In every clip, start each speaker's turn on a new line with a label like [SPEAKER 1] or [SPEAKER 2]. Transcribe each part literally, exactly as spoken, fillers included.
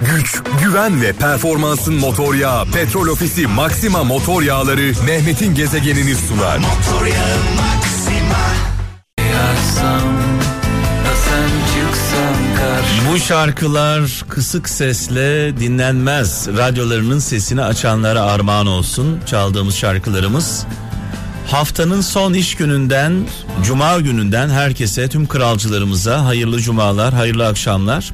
[SPEAKER 1] güç, güven ve performansın motor yağı Petrol Ofisi Maxima motor yağları Mehmet'in gezegenini sunar. Motor yağı Maxima.
[SPEAKER 2] Bu şarkılar kısık sesle dinlenmez. Radyolarının sesini açanlara armağan olsun çaldığımız şarkılarımız. Haftanın son iş gününden, cuma gününden herkese, tüm kralcılarımıza hayırlı cumalar, hayırlı akşamlar.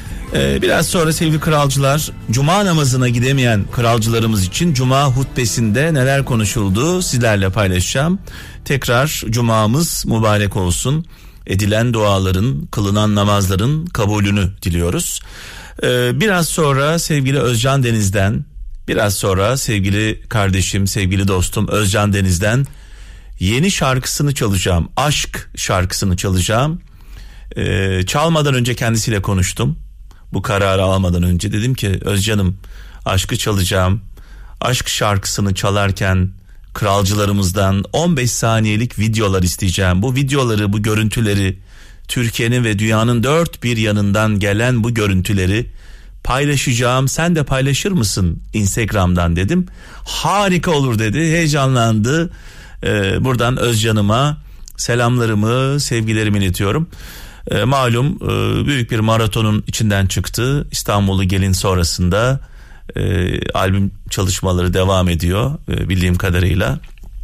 [SPEAKER 2] Ee, biraz sonra sevgili kralcılar, cuma namazına gidemeyen kralcılarımız için cuma hutbesinde neler konuşuldu sizlerle paylaşacağım. Tekrar cumamız mübarek olsun. Edilen duaların, kılınan namazların kabulünü diliyoruz. Ee, biraz sonra sevgili Özcan Deniz'den, biraz sonra sevgili kardeşim, sevgili dostum Özcan Deniz'den yeni şarkısını çalacağım. Aşk şarkısını çalacağım. Ee, çalmadan önce kendisiyle konuştum. Bu kararı almadan önce dedim ki Özcan'ım, aşkı çalacağım. Aşk şarkısını çalarken kralcılarımızdan on beş saniyelik videolar isteyeceğim. Bu videoları, bu görüntüleri, Türkiye'nin ve dünyanın dört bir yanından gelen bu görüntüleri paylaşacağım. Sen de paylaşır mısın Instagram'dan dedim. Harika olur dedi. Heyecanlandı. Ee, buradan Özcan'ıma selamlarımı, sevgilerimi iletiyorum. Ee, malum e, büyük bir maratonun içinden çıktı. İstanbul'u gelin sonrasında e, albüm çalışmaları devam ediyor e, bildiğim kadarıyla.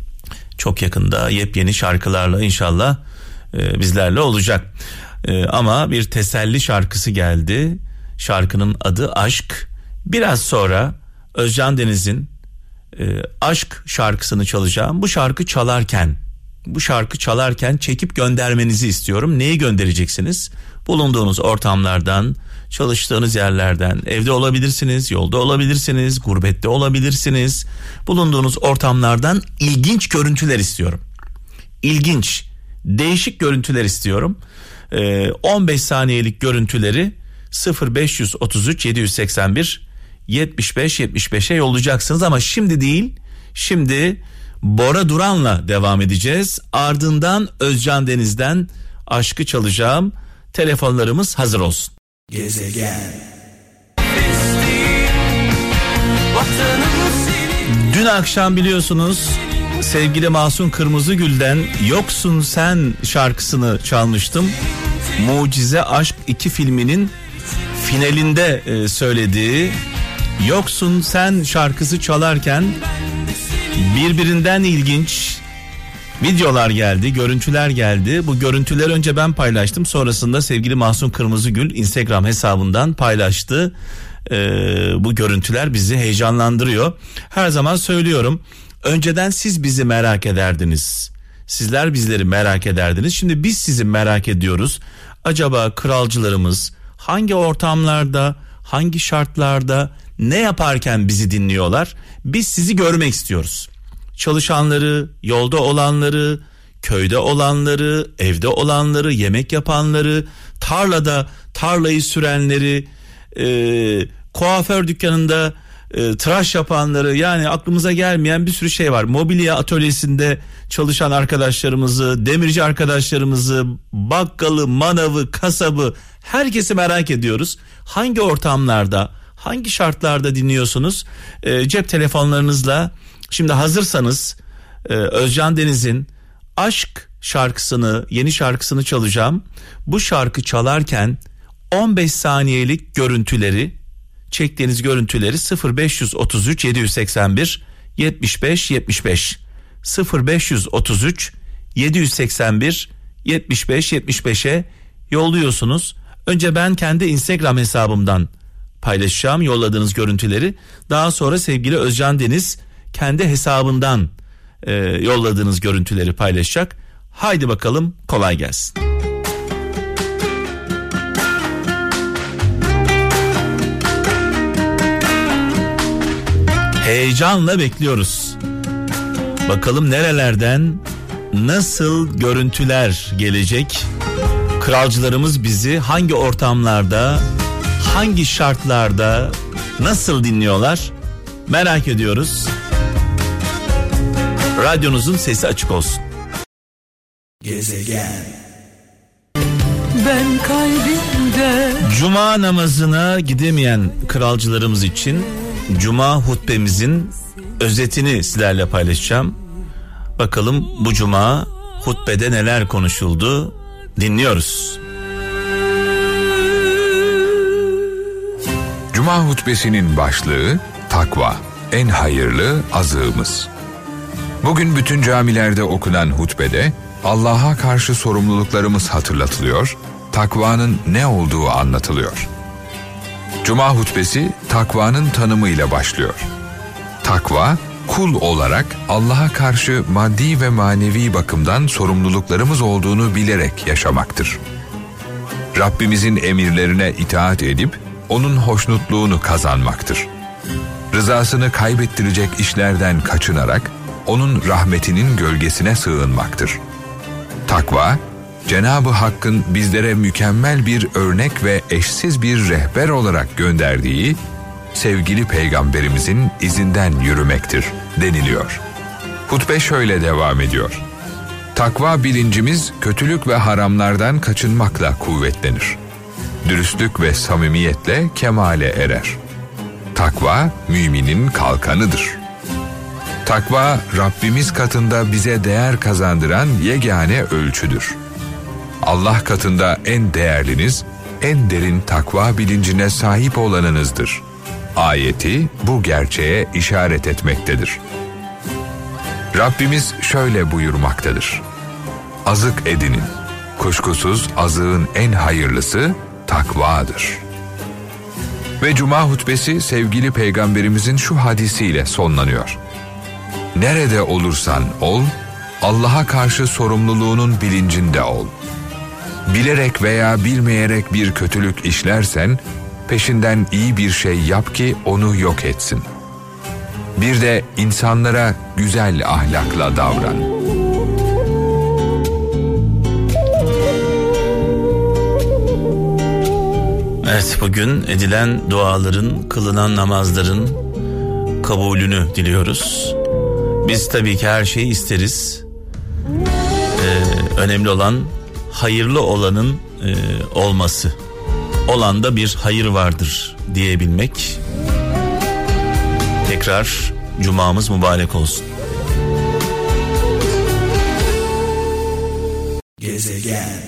[SPEAKER 2] Çok yakında yepyeni şarkılarla inşallah e, bizlerle olacak. E, ama bir teselli şarkısı geldi. Şarkının adı Aşk. Biraz sonra Özcan Deniz'in e, Aşk şarkısını çalacağım. Bu şarkı çalarken, bu şarkı çalarken çekip göndermenizi istiyorum. Neyi göndereceksiniz? Bulunduğunuz ortamlardan, çalıştığınız yerlerden, evde olabilirsiniz, yolda olabilirsiniz, gurbette olabilirsiniz. Bulunduğunuz ortamlardan ilginç görüntüler istiyorum. İlginç, değişik görüntüler istiyorum. E, on beş saniyelik görüntüleri sıfır beş otuz üç yedi yüz seksen bir yetmiş beş yetmiş beşe yollayacaksınız ama şimdi değil. Şimdi Bora Duran'la devam edeceğiz. Ardından Özcan Deniz'den Aşkı çalacağım. Telefonlarımız hazır olsun. Gezegen. Dün akşam biliyorsunuz sevgili Mahsun Kırmızıgül'den Yoksun Sen şarkısını çalmıştım. Mucize Aşk iki filminin finalinde e, söylediği Yoksun Sen şarkısı çalarken birbirinden ilginç videolar geldi, görüntüler geldi. Bu görüntüleri önce ben paylaştım. Sonrasında sevgili Mahsun Kırmızıgül Instagram hesabından paylaştı. Ee, bu görüntüler bizi heyecanlandırıyor. Her zaman söylüyorum. Önceden siz bizi merak ederdiniz. Sizler bizleri merak ederdiniz. Şimdi biz sizi merak ediyoruz. Acaba kralcılarımız hangi ortamlarda, hangi şartlarda, ne yaparken bizi dinliyorlar? Biz sizi görmek istiyoruz. Çalışanları, yolda olanları, köyde olanları, evde olanları, yemek yapanları, tarlada tarlayı sürenleri, e, kuaför dükkanında e, tıraş yapanları, yani aklımıza gelmeyen bir sürü şey var. Mobilya atölyesinde çalışan arkadaşlarımızı, demirci arkadaşlarımızı, bakkalı, manavı, kasabı, herkesi merak ediyoruz. Hangi ortamlarda, hangi şartlarda dinliyorsunuz? E, cep telefonlarınızla şimdi hazırsanız e, Özcan Deniz'in Aşk şarkısını, yeni şarkısını çalacağım. Bu şarkı çalarken on beş saniyelik görüntüleri, çektiğiniz görüntüleri sıfır beş otuz üç yedi yüz seksen bir yetmiş beş yetmiş beş sıfır beş otuz üç yedi yüz seksen bir yetmiş beş yetmiş beşe yolluyorsunuz. Önce ben kendi Instagram hesabımdan paylaşacağım yolladığınız görüntüleri. Daha sonra sevgili Özcan Deniz kendi hesabından e, yolladığınız görüntüleri paylaşacak. Haydi bakalım, kolay gelsin. Heyecanla bekliyoruz. Bakalım nerelerden nasıl görüntüler gelecek? Kralcılarımız bizi hangi ortamlarda, hangi şartlarda nasıl dinliyorlar? Merak ediyoruz. Radyonuzun sesi açık olsun.
[SPEAKER 3] Gezegen. ben kalbimde.
[SPEAKER 2] Cuma namazına gidemeyen kralcılarımız için Cuma hutbemizin özetini sizlerle paylaşacağım. Bakalım bu Cuma hutbede neler konuşuldu, dinliyoruz.
[SPEAKER 4] Cuma hutbesinin başlığı takva, en hayırlı azığımız. Bugün bütün camilerde okunan hutbede Allah'a karşı sorumluluklarımız hatırlatılıyor, takvanın ne olduğu anlatılıyor. Cuma hutbesi takvanın tanımıyla başlıyor. Takva, kul olarak Allah'a karşı maddi ve manevi bakımdan sorumluluklarımız olduğunu bilerek yaşamaktır. Rabbimizin emirlerine itaat edip onun hoşnutluğunu kazanmaktır. Rızasını kaybettirecek işlerden kaçınarak onun rahmetinin gölgesine sığınmaktır. Takva, Cenab-ı Hakk'ın bizlere mükemmel bir örnek ve eşsiz bir rehber olarak gönderdiği sevgili peygamberimizin izinden yürümektir deniliyor. Hutbe şöyle devam ediyor. Takva bilincimiz kötülük ve haramlardan kaçınmakla kuvvetlenir. Dürüstlük ve samimiyetle kemale erer. Takva müminin kalkanıdır. Takva Rabbimiz katında bize değer kazandıran yegane ölçüdür. Allah katında en değerliniz, en derin takva bilincine sahip olanınızdır. Ayeti bu gerçeğe işaret etmektedir. Rabbimiz şöyle buyurmaktadır. Azık edinin. Kuşkusuz azığın en hayırlısı takvadır. Ve Cuma hutbesi sevgili peygamberimizin şu hadisiyle sonlanıyor. Nerede olursan ol, Allah'a karşı sorumluluğunun bilincinde ol. Bilerek veya bilmeyerek bir kötülük işlersen, peşinden iyi bir şey yap ki onu yok etsin. Bir de insanlara güzel ahlakla davran.
[SPEAKER 2] Evet, bugün edilen duaların, kılınan namazların kabulünü diliyoruz. Biz tabii ki her şeyi isteriz. Ee, önemli olan hayırlı olanın e, olması. Olanda bir hayır vardır diyebilmek. Tekrar Cuma'mız mübarek olsun.
[SPEAKER 3] Gezegen.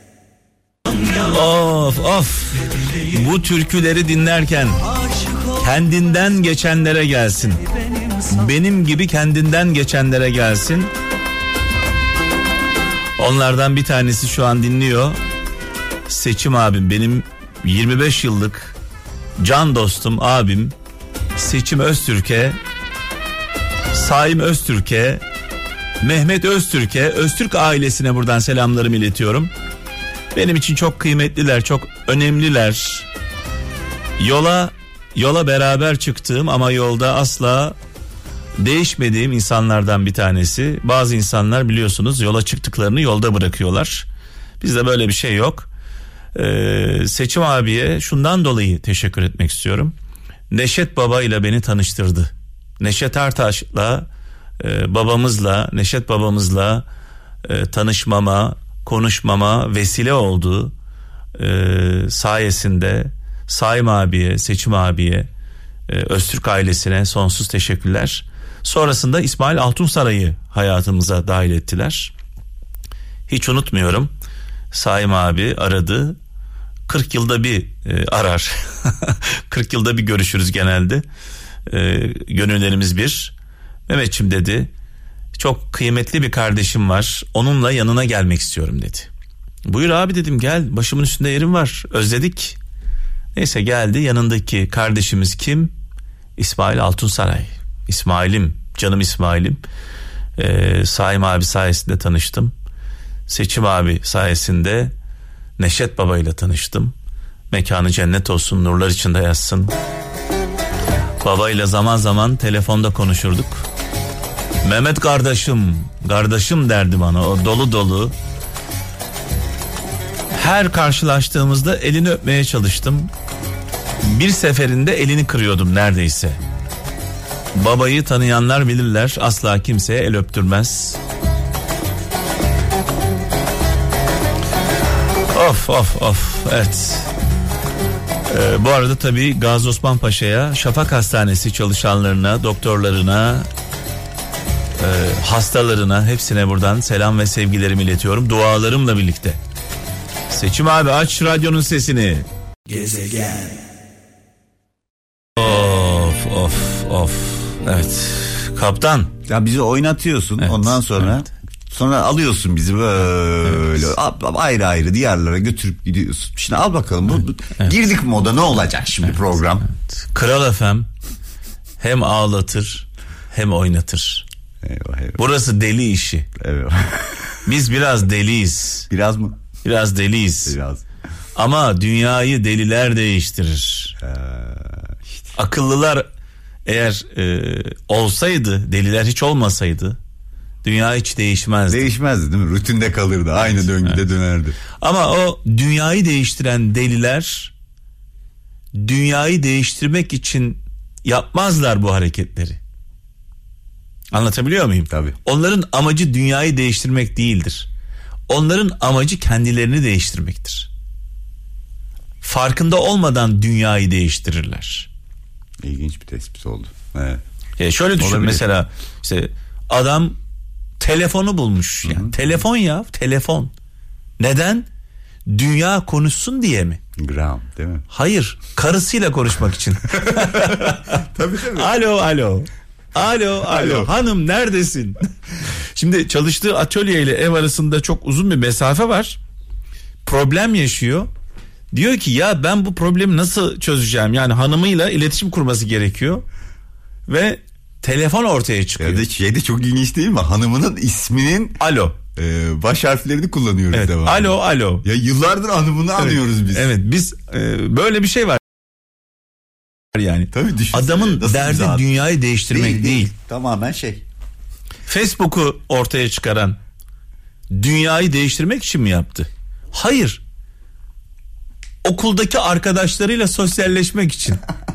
[SPEAKER 2] Of of. Bu türküleri dinlerken kendinden geçenlere gelsin. Benim gibi kendinden geçenlere gelsin. Onlardan bir tanesi şu an dinliyor. Seçim abim, benim yirmi beş yıllık can dostum abim Seçim Öztürk'e, Saim Öztürk'e, Mehmet Öztürk'e, Öztürk ailesine buradan selamlarımı iletiyorum. Benim için çok kıymetliler, çok önemliler. Yola yola beraber çıktığım ama yolda asla değişmediğim insanlardan bir tanesi. Bazı insanlar biliyorsunuz yola çıktıklarını yolda bırakıyorlar. Bizde böyle bir şey yok. Ee, Seçim abiye şundan dolayı teşekkür etmek istiyorum. Neşet Baba ile beni tanıştırdı. Neşet Ertaş'la e, babamızla, Neşet babamızla e, tanışmama, konuşmama vesile oldu. E, sayesinde Saim abiye, Seçim abiye, e, Öztürk ailesine sonsuz teşekkürler. Sonrasında İsmail Altunsaray'ı hayatımıza dahil ettiler. Hiç unutmuyorum. Saim abi aradı. kırk yılda bir e, arar. kırk yılda bir görüşürüz genelde. E, gönüllerimiz bir. Mehmetçim dedi, çok kıymetli bir kardeşim var. Onunla yanına gelmek istiyorum dedi. Buyur abi dedim, gel, başımın üstünde yerim var. Özledik. Neyse geldi. Yanındaki kardeşimiz kim? İsmail Altunsaray. İsmail'im, canım İsmail'im. Ee, Saim abi sayesinde tanıştım. Seçim abi sayesinde Neşet Baba ile tanıştım. Mekanı cennet olsun, nurlar içinde yatsın. Baba ile zaman zaman telefonda konuşurduk. Mehmet kardeşim, kardeşim derdi bana, o dolu dolu. Her karşılaştığımızda elini öpmeye çalıştım. Bir seferinde elini kırıyordum neredeyse. Babayı tanıyanlar bilirler, asla kimseye el öptürmez. Of of of evet. Ee, bu arada tabii Gazi Osman Paşa'ya, Şafak Hastanesi çalışanlarına, doktorlarına, e, hastalarına hepsine buradan selam ve sevgilerimi iletiyorum. Dualarımla birlikte. Seçim abi aç radyonun sesini.
[SPEAKER 3] Gezegen.
[SPEAKER 2] Of of of. Evet. Kaptan.
[SPEAKER 5] Ya bizi oynatıyorsun, evet, ondan sonra evet. Sonra alıyorsun bizi böyle evet. ayrı ayrı diyarlara götürüp gidiyorsun. Şimdi al bakalım bu evet. girdik moda, ne olacak şimdi evet. program? Evet.
[SPEAKER 2] Kral F M hem ağlatır hem oynatır.
[SPEAKER 5] Eyvah, eyvah.
[SPEAKER 2] Burası deli işi.
[SPEAKER 5] Evet.
[SPEAKER 2] Biz biraz deliyiz.
[SPEAKER 5] Biraz mı?
[SPEAKER 2] Biraz deliyiz.
[SPEAKER 5] Biraz.
[SPEAKER 2] Ama dünyayı deliler değiştirir.
[SPEAKER 5] Ee, işte.
[SPEAKER 2] Akıllılar eğer e, olsaydı, deliler hiç olmasaydı dünya hiç değişmezdi.
[SPEAKER 5] Değişmezdi değil mi? Rutinde kalırdı. Aynı evet, döngüde evet. dönerdi.
[SPEAKER 2] Ama o dünyayı değiştiren deliler dünyayı değiştirmek için yapmazlar bu hareketleri. Anlatabiliyor muyum?
[SPEAKER 5] Tabii.
[SPEAKER 2] Onların amacı dünyayı değiştirmek değildir. Onların amacı kendilerini değiştirmektir. Farkında olmadan dünyayı değiştirirler.
[SPEAKER 5] İlginç bir tespit oldu. Evet.
[SPEAKER 2] E şöyle düşün olabilir. Mesela işte adam telefonu bulmuş. Yani. Hı-hı. Telefon ya telefon. Neden? Dünya konuşsun diye mi?
[SPEAKER 5] Graham değil mi?
[SPEAKER 2] Hayır, karısıyla konuşmak için.
[SPEAKER 5] Tabii tabii.
[SPEAKER 2] Alo alo. Alo alo hanım neredesin? Şimdi çalıştığı atölye ile ev arasında çok uzun bir mesafe var. Problem yaşıyor. Diyor ki ya ben bu problemi nasıl çözeceğim? Yani hanımıyla iletişim kurması gerekiyor. Ve telefon ortaya çıkıyor.
[SPEAKER 5] Ya da şey de çok ilginç değil mi? Hanımının isminin
[SPEAKER 2] alo
[SPEAKER 5] e, baş harflerini kullanıyoruz
[SPEAKER 2] evet,
[SPEAKER 5] devamlı.
[SPEAKER 2] Alo alo.
[SPEAKER 5] Ya yıllardır hanımını evet, anıyoruz biz.
[SPEAKER 2] Evet biz e, böyle bir şey var. Yani
[SPEAKER 5] tabii
[SPEAKER 2] adamın derdi dünyayı değiştirmek değil, değil. değil.
[SPEAKER 5] Tamamen şey.
[SPEAKER 2] Facebook'u ortaya çıkaran dünyayı değiştirmek için mi yaptı? Hayır. Okuldaki arkadaşlarıyla sosyalleşmek için.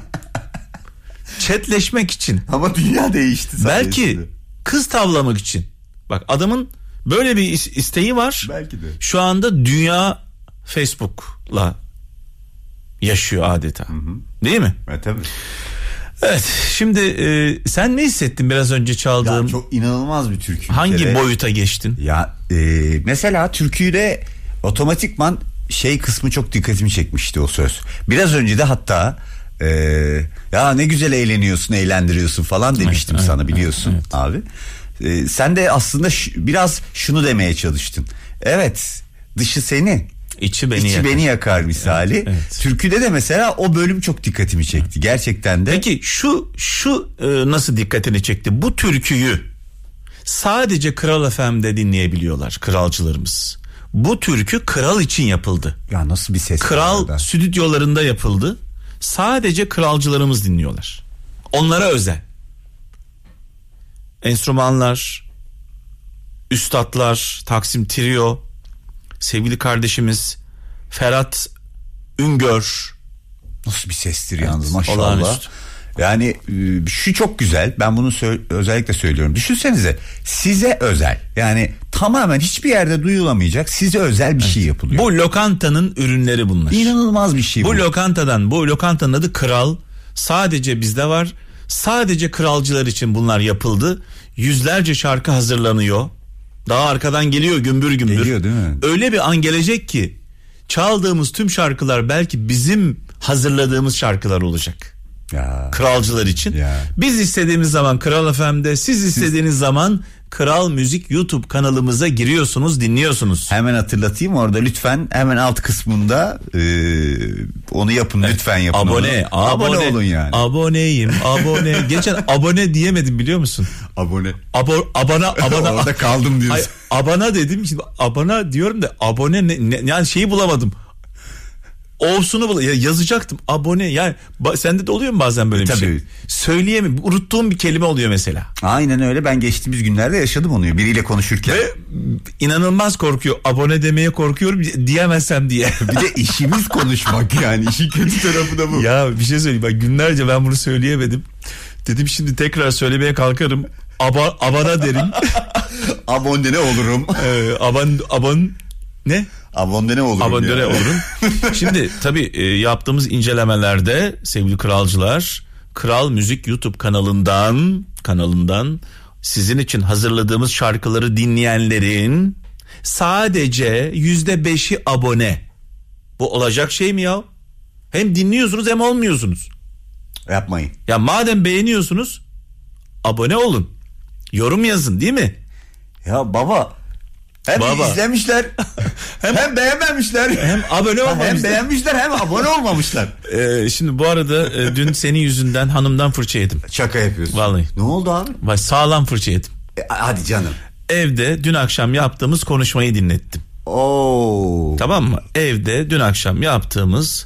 [SPEAKER 2] Chatleşmek için.
[SPEAKER 5] Ama dünya değişti.
[SPEAKER 2] Belki
[SPEAKER 5] sayesinde.
[SPEAKER 2] Kız tavlamak için. Bak adamın böyle bir isteği var.
[SPEAKER 5] Belki de.
[SPEAKER 2] Şu anda dünya Facebook'la yaşıyor adeta. Hı hı. Değil mi?
[SPEAKER 5] Evet tabii.
[SPEAKER 2] Evet şimdi e, sen ne hissettin biraz önce çaldığım?
[SPEAKER 5] Ya çok inanılmaz bir türkü.
[SPEAKER 2] Hangi
[SPEAKER 5] kere.
[SPEAKER 2] boyuta geçtin?
[SPEAKER 5] Ya e, mesela türküde otomatikman şey kısmı çok dikkatimi çekmişti o söz. Biraz önce de hatta e, ya ne güzel eğleniyorsun, eğlendiriyorsun falan demiştim evet, sana evet, biliyorsun evet. abi. E, sen de aslında ş- biraz şunu demeye çalıştın. Evet, dışı seni,
[SPEAKER 2] İçi beni,
[SPEAKER 5] İçi
[SPEAKER 2] yakar.
[SPEAKER 5] beni yakar misali. Evet, evet. Türküde de mesela o bölüm çok dikkatimi çekti. Evet. Gerçekten de.
[SPEAKER 2] Peki şu şu e, nasıl dikkatini çekti? Bu türküyü sadece Kral F M'de dinleyebiliyorlar kralcılarımız. Bu türkü kral için yapıldı.
[SPEAKER 5] Ya nasıl bir ses?
[SPEAKER 2] Kral stüdyolarında yapıldı. Sadece kralcılarımız dinliyorlar. Onlara özel. Enstrümanlar, üstadlar, Taksim Trio, sevgili kardeşimiz Ferhat Üngör.
[SPEAKER 5] Nasıl bir sestir evet, yalnız maşallah. Olağanüstü. Yani şu çok güzel, ben bunu sö- özellikle söylüyorum. Düşünsenize, size özel, yani tamamen hiçbir yerde duyulamayacak size özel bir evet. şey yapılıyor.
[SPEAKER 2] Bu lokantanın ürünleri bunlar.
[SPEAKER 5] İnanılmaz bir şey bu.
[SPEAKER 2] Bu lokantadan, bu lokantanın adı Kral. Sadece bizde var. Sadece kralcılar için bunlar yapıldı. Yüzlerce şarkı hazırlanıyor. Daha arkadan geliyor gümbür gümbür.
[SPEAKER 5] Geliyor değil mi?
[SPEAKER 2] Öyle bir an gelecek ki çaldığımız tüm şarkılar belki bizim hazırladığımız şarkılar olacak.
[SPEAKER 5] Ya.
[SPEAKER 2] Kralcılar için.
[SPEAKER 5] Ya.
[SPEAKER 2] Biz istediğimiz zaman Kral F M'de, siz istediğiniz siz... zaman Kral Müzik YouTube kanalımıza giriyorsunuz, dinliyorsunuz.
[SPEAKER 5] Hemen hatırlatayım orada lütfen hemen alt kısmında e, onu yapın evet. lütfen yapın.
[SPEAKER 2] Abone,
[SPEAKER 5] onu. abone, abone olun yani.
[SPEAKER 2] Aboneyim, abone. Geçen abone diyemedim biliyor musun?
[SPEAKER 5] Abone.
[SPEAKER 2] Abo, abana, abana.
[SPEAKER 5] Orada kaldım diyorsun.
[SPEAKER 2] Hayır, abana dedim şimdi abana diyorum da abone ne, ne yani şeyi bulamadım. O'sunu bul ya yazacaktım abone yani ba- sende de oluyor mu bazen böyle e, bir tabii. şey? Söyleyemem, unuttuğum bir kelime oluyor mesela.
[SPEAKER 5] Aynen öyle, ben geçtiğimiz günlerde yaşadım onu biriyle konuşurken.
[SPEAKER 2] Ve inanılmaz korkuyor, abone demeye korkuyorum diyemezsem diye.
[SPEAKER 5] Bir de işimiz konuşmak yani, işin kötü tarafı da bu.
[SPEAKER 2] Ya bir şey söyleyeyim, bak günlerce ben bunu söyleyemedim. Dedim şimdi tekrar söylemeye kalkarım. Aba, abana derim.
[SPEAKER 5] Abone ne olurum?
[SPEAKER 2] Ee, aban, aban ne?
[SPEAKER 5] Abone olurum.
[SPEAKER 2] Abone
[SPEAKER 5] ya.
[SPEAKER 2] olurum. Şimdi tabii e, yaptığımız incelemelerde sevgili kralcılar, Kral Müzik YouTube kanalından kanalından sizin için hazırladığımız şarkıları dinleyenlerin sadece yüzde beşi abone. Bu olacak şey mi ya? Hem dinliyorsunuz hem olmuyorsunuz.
[SPEAKER 5] Yapmayın.
[SPEAKER 2] Ya madem beğeniyorsunuz abone olun. Yorum yazın değil mi?
[SPEAKER 5] Ya baba hem
[SPEAKER 2] Baba.
[SPEAKER 5] izlemişler hem, hem beğenmemişler
[SPEAKER 2] Hem abone olmamışlar.
[SPEAKER 5] hem beğenmişler hem abone olmamışlar.
[SPEAKER 2] Ee, şimdi bu arada e, dün senin yüzünden hanımdan fırça yedim.
[SPEAKER 5] Şaka yapıyorsun.
[SPEAKER 2] Vallahi.
[SPEAKER 5] Ne oldu abi?
[SPEAKER 2] Vay, sağlam fırça yedim.
[SPEAKER 5] E, hadi canım.
[SPEAKER 2] Evde dün akşam yaptığımız konuşmayı dinlettim.
[SPEAKER 5] Oo.
[SPEAKER 2] Tamam mı? Evde dün akşam yaptığımız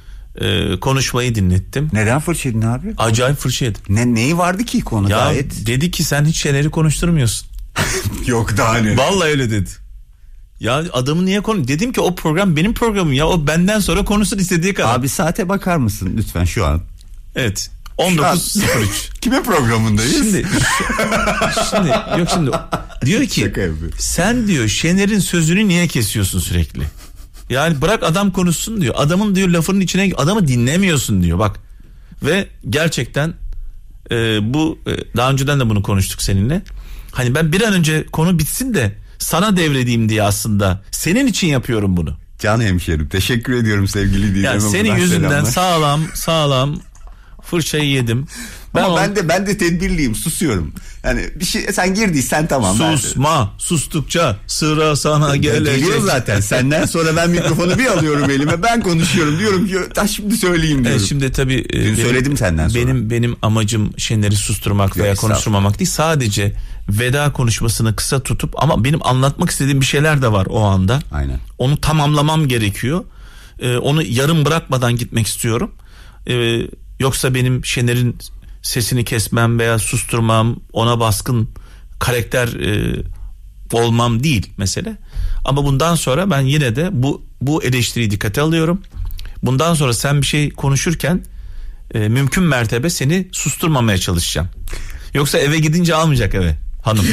[SPEAKER 2] e, konuşmayı dinlettim.
[SPEAKER 5] Neden fırça yedin abi?
[SPEAKER 2] Acayip fırça yedim.
[SPEAKER 5] Ne, neyi vardı ki konu
[SPEAKER 2] Ya
[SPEAKER 5] gayet?
[SPEAKER 2] dedi ki sen hiç şeyleri konuşturmuyorsun.
[SPEAKER 5] Yok daha ne?
[SPEAKER 2] Vallahi öyle dedi. Ya adamı niye konu? Dedim ki o program benim programım ya. O benden sonra konuşsun istediği kadar.
[SPEAKER 5] Abi saate bakar mısın lütfen şu an?
[SPEAKER 2] Evet. on dokuz sıfır üç.
[SPEAKER 5] Kimin programındayız?
[SPEAKER 2] Şimdi, şimdi yok şimdi diyor ki
[SPEAKER 5] Şaka yapıyor.
[SPEAKER 2] sen diyor Şener'in sözünü niye kesiyorsun sürekli? Yani bırak adam konuşsun diyor. Adamın diyor lafının içine adamı dinlemiyorsun diyor bak. Ve gerçekten e, bu e, daha önceden de bunu konuştuk seninle. Hani ben bir an önce konu bitsin de sana devredeyim diye aslında senin için yapıyorum bunu.
[SPEAKER 5] Can hemşerim teşekkür ediyorum sevgili dinleyicilerim.
[SPEAKER 2] Yani senin yüzünden sağlam sağlam fırçayı yedim. Ben
[SPEAKER 5] Ama
[SPEAKER 2] o...
[SPEAKER 5] ben de ben de tedbirliyim, susuyorum. Yani bir şey sen girdiysen tamam.
[SPEAKER 2] Susma, sustukça sıra sana gelecek.
[SPEAKER 5] Geliyor zaten. Senden sonra ben mikrofonu bir alıyorum elime. Ben konuşuyorum. Diyorum ki ta şimdi söyleyeyim diyorum.
[SPEAKER 2] E şimdi tabii
[SPEAKER 5] Dün
[SPEAKER 2] benim,
[SPEAKER 5] söyledim senden sonra.
[SPEAKER 2] Benim benim amacım Şener'i susturmak veya
[SPEAKER 5] Yok,
[SPEAKER 2] konuşturmamak değil. Sadece veda konuşmasını kısa tutup ama benim anlatmak istediğim bir şeyler de var o anda.
[SPEAKER 5] Aynen.
[SPEAKER 2] Onu tamamlamam gerekiyor. Ee, onu yarım bırakmadan gitmek istiyorum. Ee, yoksa benim Şener'in sesini kesmem veya susturmam, ona baskın karakter e, olmam değil mesele. Ama bundan sonra ben yine de bu bu eleştiriyi dikkate alıyorum. Bundan sonra sen bir şey konuşurken e, mümkün mertebe seni susturmamaya çalışacağım. Yoksa eve gidince almayacak eve hanım.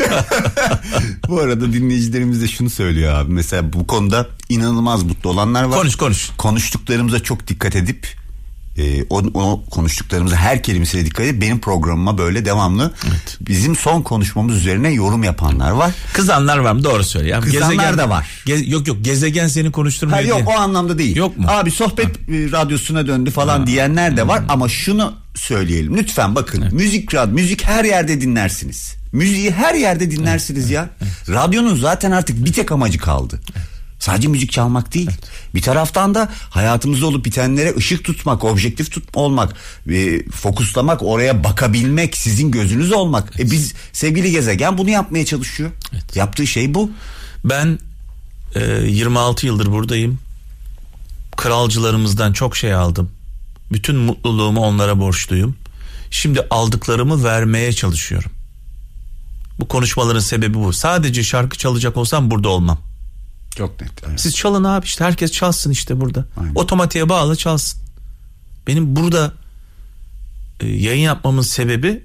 [SPEAKER 5] Bu arada dinleyicilerimiz de şunu söylüyor abi. Mesela bu konuda inanılmaz mutlu olanlar var.
[SPEAKER 2] Konuş konuş.
[SPEAKER 5] Konuştuklarımıza çok dikkat edip e, o, o konuştuklarımıza her kelimesine dikkat edip benim programıma böyle devamlı
[SPEAKER 2] Evet.
[SPEAKER 5] bizim son konuşmamız üzerine yorum yapanlar var.
[SPEAKER 2] Kızanlar var mı? Doğru söyle. Ya,
[SPEAKER 5] Kızanlar da var.
[SPEAKER 2] Ge- yok yok gezegen seni konuşturmuyor.
[SPEAKER 5] Ha, yok
[SPEAKER 2] diye.
[SPEAKER 5] o anlamda değil.
[SPEAKER 2] Yok mu?
[SPEAKER 5] Abi sohbet e, radyosuna döndü falan
[SPEAKER 2] Ha.
[SPEAKER 5] diyenler de var ama şunu söyleyelim lütfen bakın
[SPEAKER 2] Evet.
[SPEAKER 5] müzik rad müzik her yerde dinlersiniz. Müziği her yerde dinlersiniz ya. Radyonun zaten artık bir tek amacı kaldı. Sadece müzik çalmak değil. Bir taraftan da hayatımızda olup bitenlere ışık tutmak, objektif tut olmak, e, fokuslamak, oraya bakabilmek, sizin gözünüz olmak. E biz sevgili gezegen bunu yapmaya çalışıyor.
[SPEAKER 2] Evet.
[SPEAKER 5] Yaptığı şey bu.
[SPEAKER 2] Ben e, yirmi altı yıldır buradayım. Kralcılarımızdan çok şey aldım. Bütün mutluluğumu onlara borçluyum. Şimdi aldıklarımı vermeye çalışıyorum. Bu konuşmaların sebebi bu. Sadece şarkı çalacak olsam burada olmam.
[SPEAKER 5] Çok net. Evet.
[SPEAKER 2] Siz çalın abi işte herkes çalsın işte burada.
[SPEAKER 5] Aynen.
[SPEAKER 2] Otomatiğe bağlı çalsın. Benim burada e, yayın yapmamın sebebi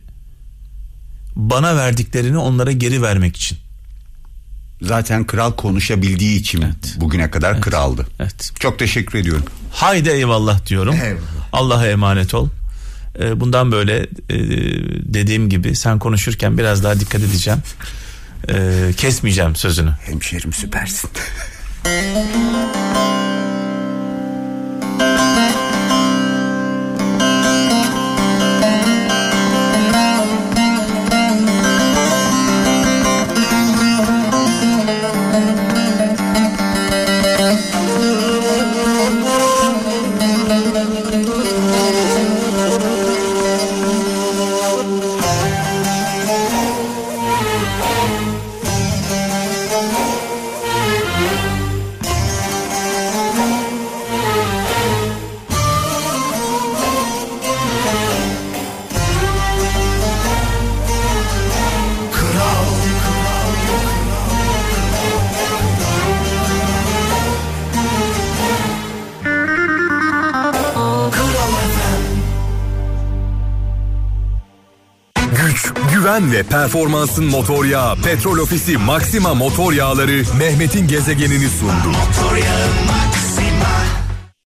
[SPEAKER 2] bana verdiklerini onlara geri vermek için.
[SPEAKER 5] Zaten kral konuşabildiği için
[SPEAKER 2] Evet.
[SPEAKER 5] bugüne kadar
[SPEAKER 2] Evet.
[SPEAKER 5] kraldı.
[SPEAKER 2] Evet.
[SPEAKER 5] Çok teşekkür ediyorum.
[SPEAKER 2] Haydi eyvallah diyorum.
[SPEAKER 5] Eyvallah.
[SPEAKER 2] Allah'a emanet ol. Ee, bundan böyle e, dediğim gibi sen konuşurken biraz daha dikkat edeceğim. Ee, kesmeyeceğim sözünü.
[SPEAKER 5] Hemşerim süpersin.
[SPEAKER 1] Güven ve performansın motor yağı Petrol Ofisi Maxima motor yağları Mehmet'in gezegenini sundu. Motor yağı